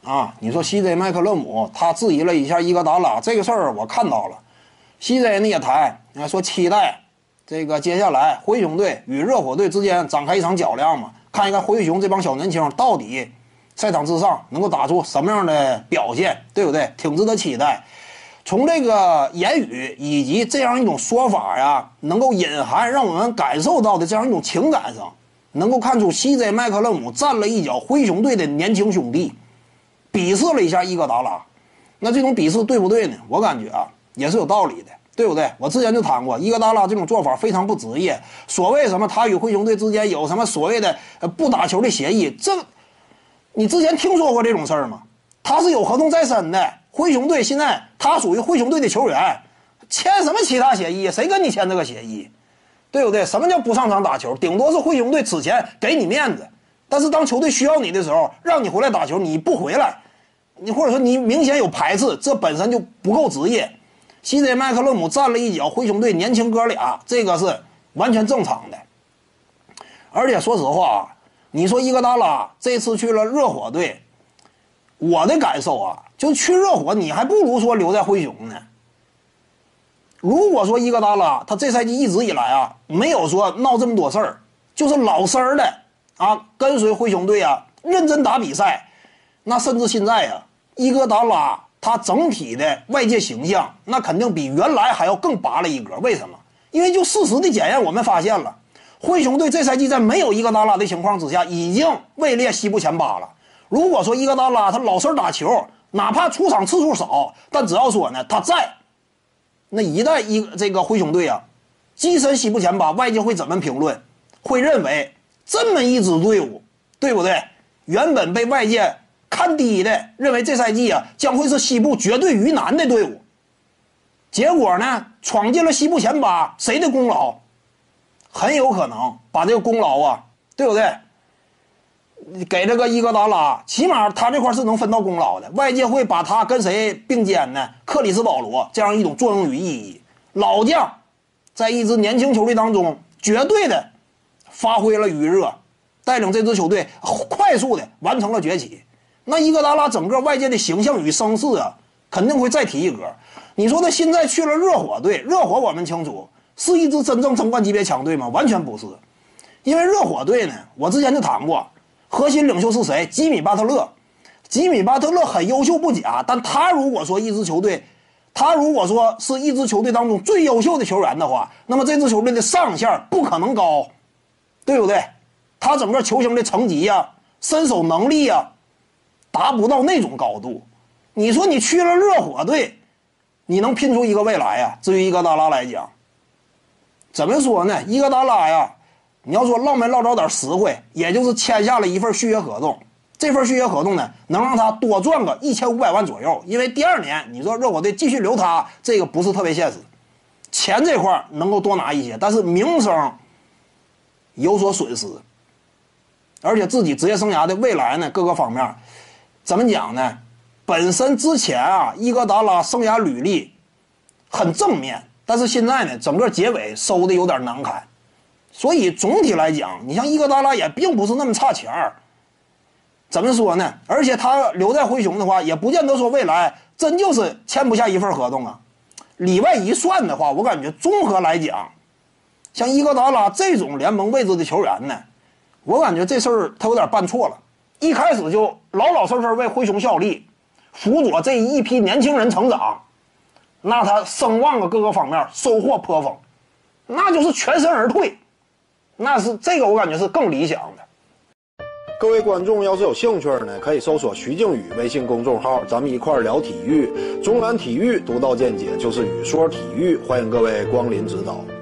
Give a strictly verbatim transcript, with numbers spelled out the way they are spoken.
啊，你说 C J 麦克勒姆他质疑了一下伊戈达拉这个事儿，我看到了。C J 呢也谈，说期待这个接下来灰熊队与热火队之间展开一场较量嘛，看一看灰熊这帮小年轻到底赛场之上能够打出什么样的表现，对不对？挺值得期待。从这个言语以及这样一种说法呀，能够隐含让我们感受到的这样一种情感上，能够看出 C J 麦克勒姆站了一脚灰熊队的年轻兄弟，鄙视了一下伊戈达拉。那这种鄙视对不对呢？我感觉啊也是有道理的，对不对？我之前就谈过，伊戈达拉这种做法非常不职业。所谓什么他与灰熊队之间有什么所谓的呃不打球的协议，这你之前听说过这种事儿吗？他是有合同在身的，灰熊队现在他属于灰熊队的球员，签什么其他协议？谁跟你签这个协议？对不对？什么叫不上场打球？顶多是灰熊队此前给你面子，但是当球队需要你的时候，让你回来打球，你不回来，你或者说你明显有排斥，这本身就不够职业。C J 麦克勒姆站了一脚灰熊队年轻哥俩，这个是完全正常的。而且说实话，你说伊戈达拉这次去了热火队，我的感受啊，就去热火你还不如说留在灰熊呢。如果说伊戈达拉他这赛季一直以来啊没有说闹这么多事儿，就是老实儿的啊跟随灰熊队啊认真打比赛，那甚至现在啊伊戈达拉他整体的外界形象那肯定比原来还要更拔了一格。为什么？因为就事实的检验，我们发现了灰熊队这赛季在没有伊戈达拉的情况之下，已经位列西部前八了。如果说伊戈达拉他老实打球，哪怕出场次数少，但只要说呢他在，那一旦一这个灰熊队啊跻身西部前八，外界会怎么评论？会认为这么一支队伍，对不对？原本被外界看低的，认为这赛季啊将会是西部绝对鱼腩的队伍，结果呢闯进了西部前八，谁的功劳？很有可能把这个功劳啊，对不对？给这个伊戈达拉，起码他这块是能分到功劳的。外界会把他跟谁并肩呢？克里斯保罗这样一种作用与意义。老将在一支年轻球队当中绝对的发挥了余热，带领这支球队快速的完成了崛起。那伊戈达拉整个外界的形象与声势啊，肯定会再提一格。你说他现在去了热火队，热火我们清楚是一支真正争冠级别强队吗？完全不是。因为热火队呢，我之前就谈过，核心领袖是谁？吉米巴特勒。吉米巴特勒很优秀不假，但他如果说一支球队，他如果说是一支球队当中最优秀的球员的话，那么这支球队的上限不可能高，对不对？他整个球星的层级呀、身手能力呀，达不到那种高度。你说你去了热火队，你能拼出一个未来呀？至于伊戈达拉来讲，怎么说呢？伊戈达拉呀，你要说捞没捞着点实惠，也就是签下了一份续约合同。这份续约合同呢，能让他多赚个一千五百万左右。因为第二年你说热火队继续留他，这个不是特别现实。钱这块能够多拿一些，但是名声有所损失，而且自己职业生涯的未来呢，各个方面怎么讲呢？本身之前啊，伊戈达拉生涯履历很正面，但是现在呢，整个结尾收的有点难看。所以总体来讲，你像伊戈达拉也并不是那么差钱儿。怎么说呢？而且他留在灰熊的话，也不见得说未来真就是签不下一份合同啊。里外一算的话，我感觉综合来讲，像伊戈达拉这种联盟位置的球员呢，我感觉这事儿他有点办错了。一开始就老老实实为灰熊效力，辅佐这一批年轻人成长，那他声望啊各个方面收获颇丰，那就是全身而退，那是这个我感觉是更理想的。 各位观众要是有兴趣呢，可以搜索徐静宇微信公众号，咱们一块儿聊体育。中南体育独到见解就是语说体育，欢迎各位光临指导。